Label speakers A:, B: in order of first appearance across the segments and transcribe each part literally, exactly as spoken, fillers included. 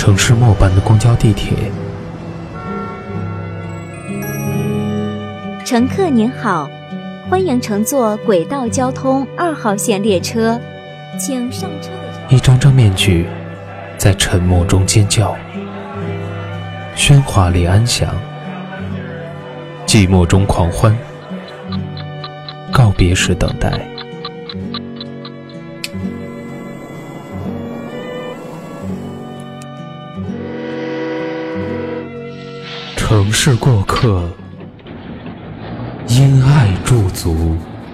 A: 城市末班的公交地铁。
B: 乘客您好，欢迎乘坐轨道交通二号线列车，请上车的。
A: 一张张面具在沉默中尖叫，喧哗里安详，寂寞中狂欢，告别时等待。城市过客，因爱驻足。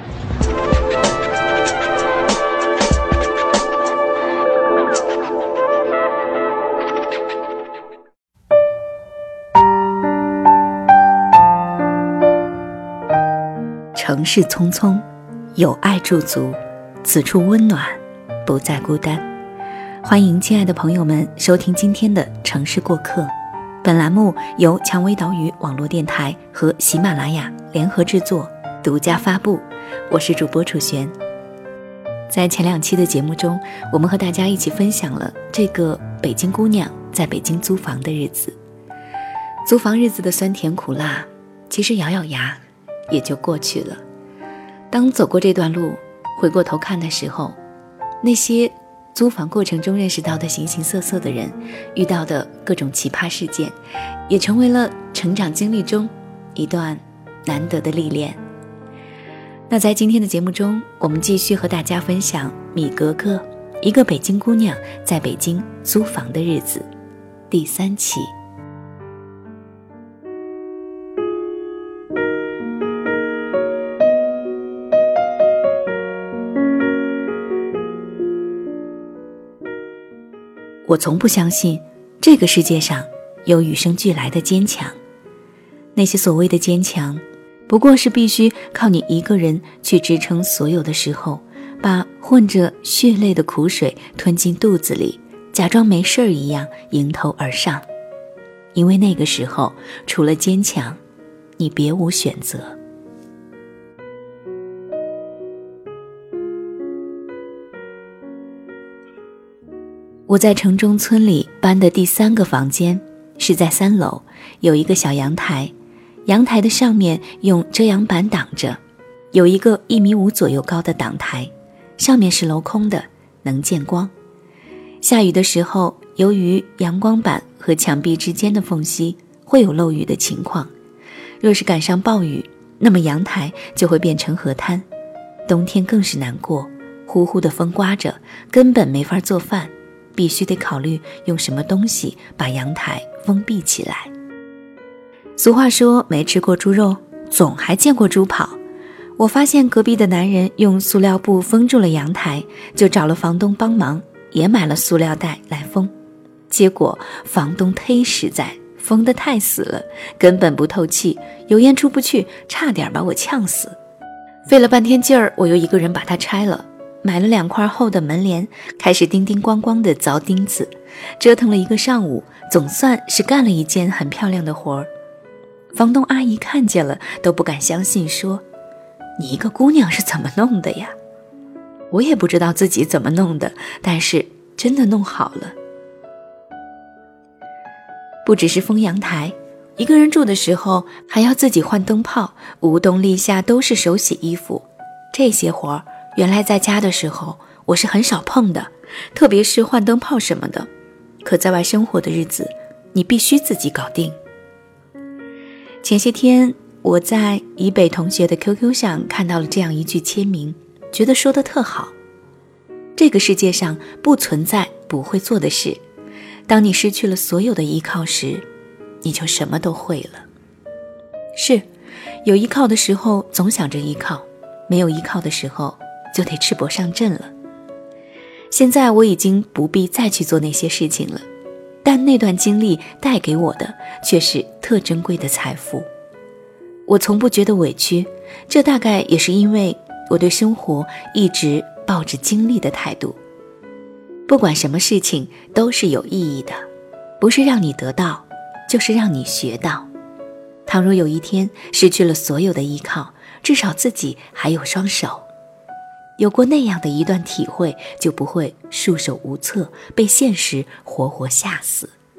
C: 城市匆匆，有爱驻足，此处温暖，不再孤单。欢迎亲爱的朋友们收听今天的城市过客。本栏目由蔷薇岛屿网络电台和喜马拉雅联合制作，独家发布。我是主播楚璇。在前两期的节目中，我们和大家一起分享了这个北京姑娘在北京租房的日子。租房日子的酸甜苦辣，其实咬咬牙也就过去了。当走过这段路，回过头看的时候，那些租房过程中认识到的形形色色的人，遇到的各种奇葩事件，也成为了成长经历中一段难得的历练。那在今天的节目中，我们继续和大家分享米格格，一个北京姑娘在北京租房的日子第三期。我从不相信这个世界上有与生俱来的坚强，那些所谓的坚强，不过是必须靠你一个人去支撑所有的时候，把混着血泪的苦水吞进肚子里，假装没事儿一样迎头而上。因为那个时候，除了坚强，你别无选择。我在城中村里搬的第三个房间是在三楼，有一个小阳台，阳台的上面用遮阳板挡着，有一个一米五左右高的挡台，上面是镂空的，能见光。下雨的时候，由于阳光板和墙壁之间的缝隙会有漏雨的情况，若是赶上暴雨，那么阳台就会变成河滩。冬天更是难过，呼呼的风刮着，根本没法做饭，必须得考虑用什么东西把阳台封闭起来。俗话说，没吃过猪肉，总还见过猪跑。我发现隔壁的男人用塑料布封住了阳台，就找了房东帮忙，也买了塑料袋来封。结果房东忒实在，封得太死了，根本不透气，油烟出不去，差点把我呛死。费了半天劲儿，我又一个人把它拆了，买了两块厚的门帘，开始叮叮咣咣地凿钉子，折腾了一个上午，总算是干了一件很漂亮的活儿。房东阿姨看见了都不敢相信，说：“你一个姑娘是怎么弄的呀？”我也不知道自己怎么弄的，但是真的弄好了。不只是封阳台，一个人住的时候还要自己换灯泡，无冬立夏都是手洗衣服，这些活儿原来在家的时候我是很少碰的，特别是换灯泡什么的，可在外生活的日子，你必须自己搞定。前些天我在以北同学的 Q Q 上看到了这样一句签名，觉得说得特好。这个世界上不存在不会做的事，当你失去了所有的依靠时，你就什么都会了。是，有依靠的时候总想着依靠，没有依靠的时候就得赤膊上阵了。现在我已经不必再去做那些事情了，但那段经历带给我的却是特珍贵的财富。我从不觉得委屈，这大概也是因为我对生活一直抱着经历的态度。不管什么事情都是有意义的，不是让你得到，就是让你学到。倘若有一天失去了所有的依靠，至少自己还有双手。有过那样的一段体会，就不会束手无策，被现实活活吓死。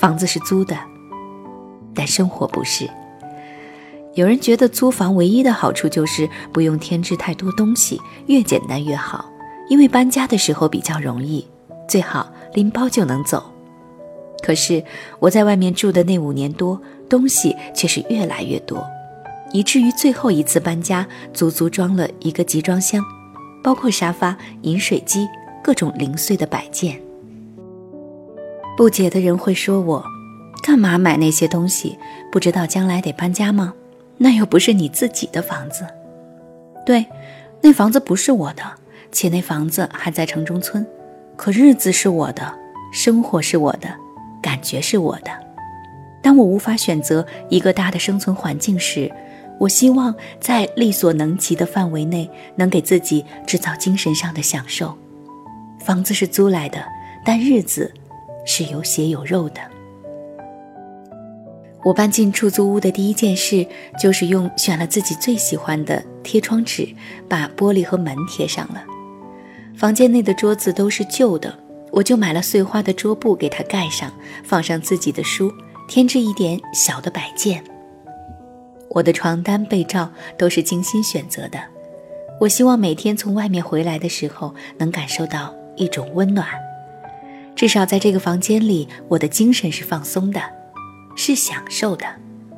C: 房子是租的，但生活不是。有人觉得租房唯一的好处就是不用添置太多东西，越简单越好，因为搬家的时候比较容易，最好拎包就能走。可是我在外面住的那五年多，东西却是越来越多，以至于最后一次搬家足足装了一个集装箱，包括沙发、饮水机，各种零碎的摆件。不解的人会说我，干嘛买那些东西？不知道将来得搬家吗？那又不是你自己的房子。对，那房子不是我的，且那房子还在城中村，可日子是我的，生活是我的，感觉是我的。当我无法选择一个大的生存环境时，我希望在力所能及的范围内，能给自己制造精神上的享受。房子是租来的，但日子是有血有肉的。我搬进出租屋的第一件事，就是用选了自己最喜欢的贴窗纸，把玻璃和门贴上了。房间内的桌子都是旧的，我就买了碎花的桌布给它盖上，放上自己的书，添置一点小的摆件。我的床单被罩都是精心选择的，我希望每天从外面回来的时候能感受到一种温暖。至少在这个房间里，我的精神是放松的，是享受的。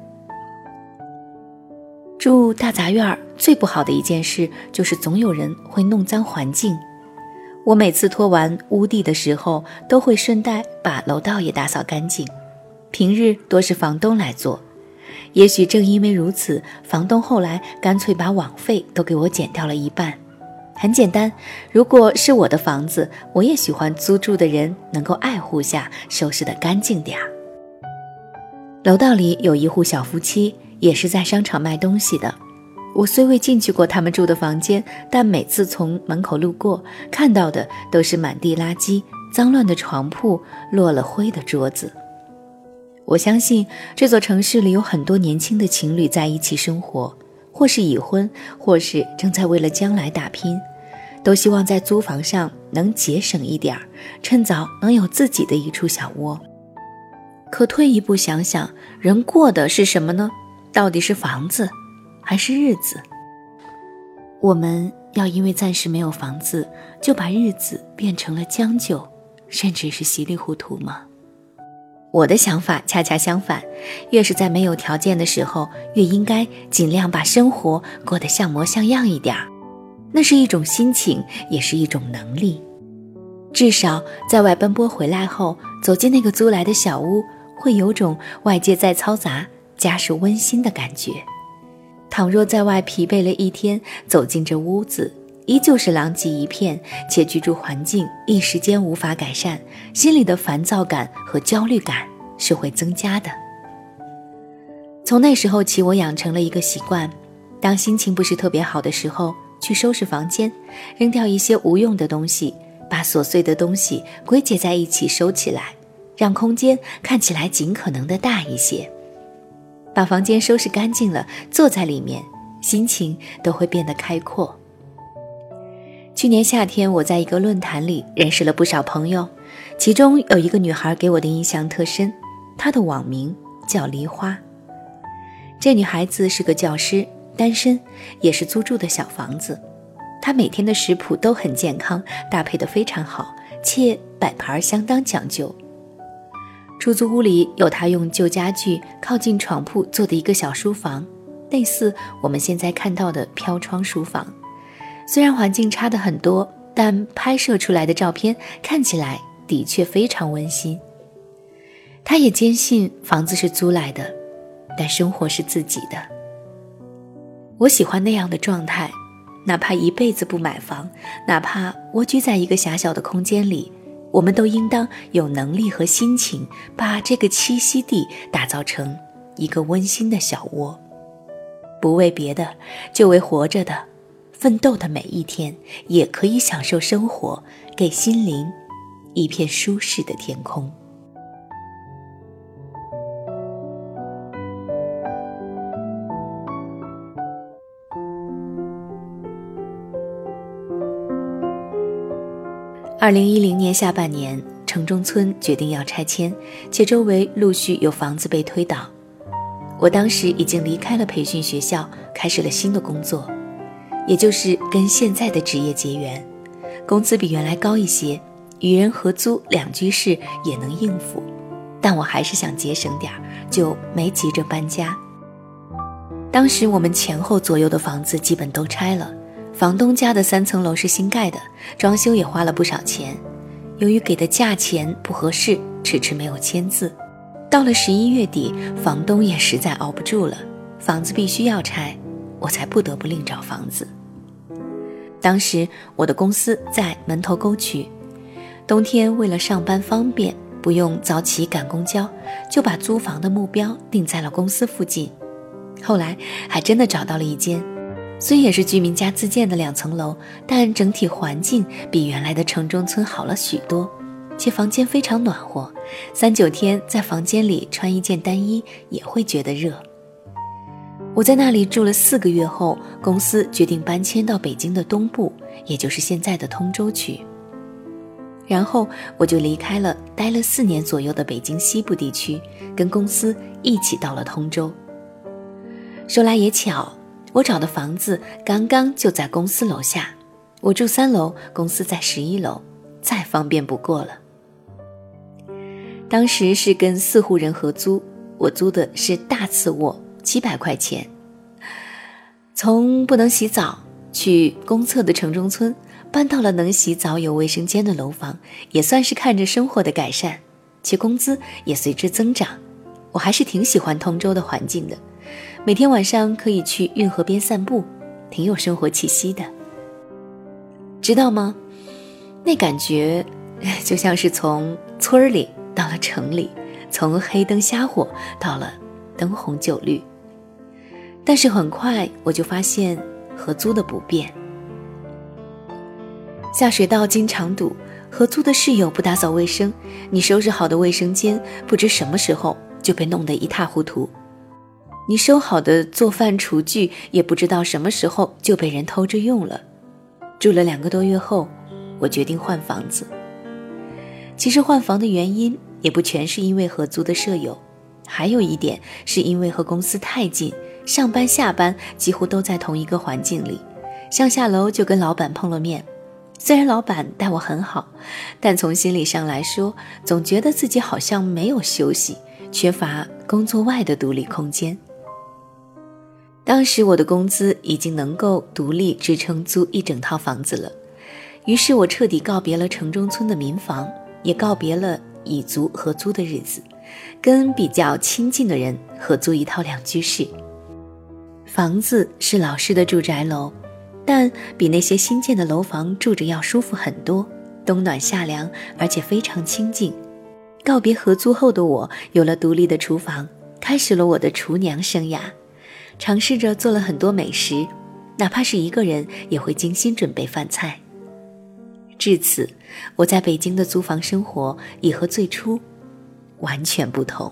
C: 住大杂院最不好的一件事就是总有人会弄脏环境。我每次拖完屋地的时候，都会顺带把楼道也打扫干净。平日多是房东来做，也许正因为如此，房东后来干脆把网费都给我减掉了一半。很简单，如果是我的房子，我也喜欢租住的人能够爱护下，收拾得干净点儿。楼道里有一户小夫妻，也是在商场卖东西的。我虽未进去过他们住的房间，但每次从门口路过，看到的都是满地垃圾、脏乱的床铺、落了灰的桌子。我相信这座城市里有很多年轻的情侣在一起生活，或是已婚，或是正在为了将来打拼，都希望在租房上能节省一点，趁早能有自己的一处小窝。可退一步想想，人过的是什么呢？到底是房子还是日子？我们要因为暂时没有房子，就把日子变成了将就，甚至是稀里糊涂吗？我的想法恰恰相反，越是在没有条件的时候，越应该尽量把生活过得像模像样一点。那是一种心情，也是一种能力。至少在外奔波回来后，走进那个租来的小屋，会有种外界在嘈杂，家是温馨的感觉。倘若在外疲惫了一天，走进这屋子，依旧是狼藉一片，且居住环境一时间无法改善，心里的烦躁感和焦虑感是会增加的。从那时候起，我养成了一个习惯，当心情不是特别好的时候，去收拾房间，扔掉一些无用的东西，把琐碎的东西归结在一起收起来，让空间看起来尽可能的大一些。把房间收拾干净了，坐在里面，心情都会变得开阔。去年夏天，我在一个论坛里认识了不少朋友，其中有一个女孩给我的印象特深，她的网名叫梨花。这女孩子是个教师，单身，也是租住的小房子。她每天的食谱都很健康，搭配得非常好，且摆盘相当讲究。出租屋里有她用旧家具靠近床铺做的一个小书房，类似我们现在看到的飘窗书房。虽然环境差得很多，但拍摄出来的照片看起来的确非常温馨。她也坚信房子是租来的，但生活是自己的。我喜欢那样的状态，哪怕一辈子不买房，哪怕蜗居在一个狭小的空间里，我们都应当有能力和心情，把这个栖息地打造成一个温馨的小窝。不为别的，就为活着的奋斗的每一天，也可以享受生活，给心灵一片舒适的天空。二零一零年下半年， 城中村决定要拆迁，且周围陆续有房子被推倒。我当时已经离开了培训学校，开始了新的工作，也就是跟现在的职业结缘，工资比原来高一些，与人合租两居室也能应付，但我还是想节省点，就没急着搬家。当时我们前后左右的房子基本都拆了，房东家的三层楼是新盖的，装修也花了不少钱，由于给的价钱不合适，迟迟没有签字。到了十一月底，房东也实在熬不住了，房子必须要拆，我才不得不另找房子。当时我的公司在门头沟区，冬天为了上班方便，不用早起赶公交，就把租房的目标定在了公司附近。后来还真的找到了一间，虽也是居民家自建的两层楼，但整体环境比原来的城中村好了许多，且房间非常暖和，三九天在房间里穿一件单衣也会觉得热。我在那里住了四个月后，公司决定搬迁到北京的东部，也就是现在的通州区。然后我就离开了待了四年左右的北京西部地区，跟公司一起到了通州。说来也巧，我找的房子刚刚就在公司楼下，我住三楼，公司在十一楼，再方便不过了。当时是跟四户人合租，我租的是大次卧，七百块钱。从不能洗澡去公厕的城中村，搬到了能洗澡有卫生间的楼房，也算是看着生活的改善，且工资也随之增长。我还是挺喜欢通州的环境的，每天晚上可以去运河边散步，挺有生活气息的。知道吗？那感觉就像是从村里到了城里，从黑灯瞎火到了灯红酒绿。但是很快我就发现合租的不便，下水道经常堵，合租的室友不打扫卫生，你收拾好的卫生间不知什么时候就被弄得一塌糊涂，你收好的做饭厨具也不知道什么时候就被人偷着用了。住了两个多月后，我决定换房子。其实换房的原因也不全是因为合租的舍友，还有一点是因为和公司太近，上班下班几乎都在同一个环境里，上下楼就跟老板碰了面。虽然老板待我很好，但从心理上来说，总觉得自己好像没有休息，缺乏工作外的独立空间。当时我的工资已经能够独立支撑租一整套房子了，于是我彻底告别了城中村的民房，也告别了蚁族合租的日子，跟比较亲近的人合租一套两居室。房子是老式的住宅楼，但比那些新建的楼房住着要舒服很多，冬暖夏凉，而且非常清静。告别合租后的我有了独立的厨房，开始了我的厨娘生涯，尝试着做了很多美食，哪怕是一个人也会精心准备饭菜。至此，我在北京的租房生活已和最初完全不同。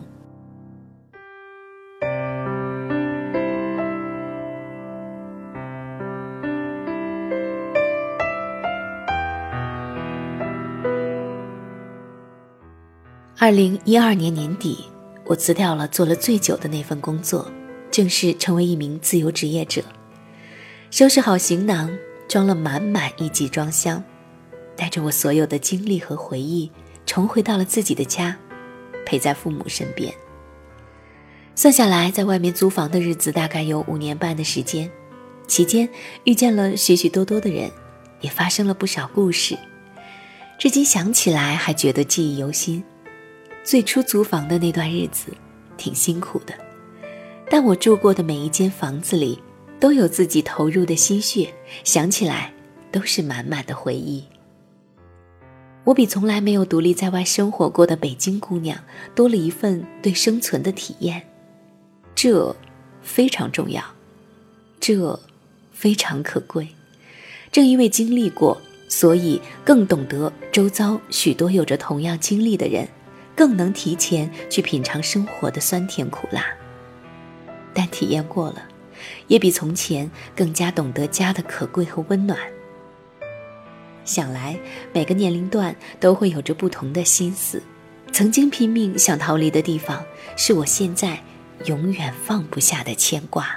C: 二零一二年年底，我辞掉了做了最久的那份工作，正式成为一名自由职业者。收拾好行囊，装了满满一集装箱，带着我所有的经历和回忆，重回到了自己的家，陪在父母身边。算下来，在外面租房的日子大概有五年半的时间，期间遇见了许许多多的人，也发生了不少故事，至今想起来还觉得记忆犹新。最初租房的那段日子挺辛苦的，但我住过的每一间房子里都有自己投入的心血，想起来都是满满的回忆。我比从来没有独立在外生活过的北京姑娘多了一份对生存的体验，这非常重要，这非常可贵。正因为经历过，所以更懂得周遭许多有着同样经历的人，更能提前去品尝生活的酸甜苦辣。但体验过了，也比从前更加懂得家的可贵和温暖。 想来每个年龄段都会有着不同的心思，曾经拼命想逃离的地方，是我现在永远放不下的牵挂。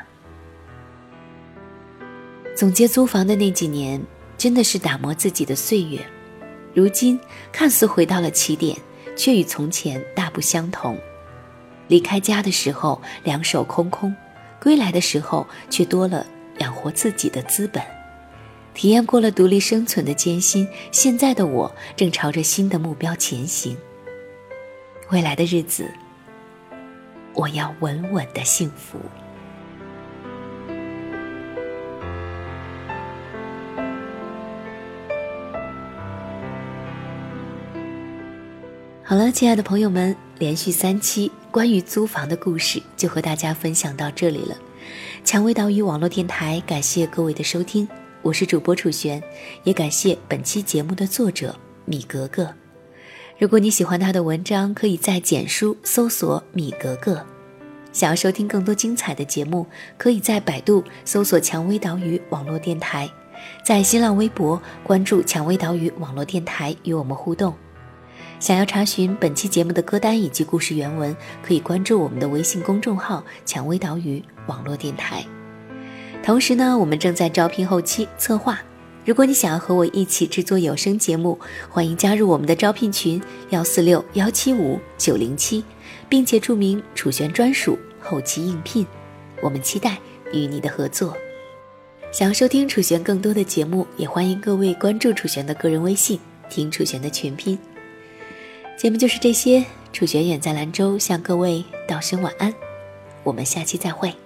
C: 总结租房的那几年，真的是打磨自己的岁月。如今看似回到了起点，却与从前大不相同。离开家的时候两手空空，归来的时候却多了养活自己的资本。体验过了独立生存的艰辛，现在的我正朝着新的目标前行。未来的日子，我要稳稳的幸福。好了，亲爱的朋友们，连续三期关于租房的故事就和大家分享到这里了。蔷薇岛屿网络电台感谢各位的收听，我是主播楚璇，也感谢本期节目的作者米格格。如果你喜欢他的文章，可以在简书搜索米格格。想要收听更多精彩的节目，可以在百度搜索蔷薇岛屿网络电台，在新浪微博关注蔷薇岛屿网络电台与我们互动。想要查询本期节目的歌单以及故事原文，可以关注我们的微信公众号蔷薇岛屿网络电台。同时呢，我们正在招聘后期策划，如果你想要和我一起制作有声节目，欢迎加入我们的招聘群幺四六幺七五九零七，并且注明楚璇专属后期应聘，我们期待与你的合作。想要收听楚璇更多的节目，也欢迎各位关注楚璇的个人微信，听楚璇的全拼。节目就是这些，楚璇远在兰州向各位道声晚安，我们下期再会。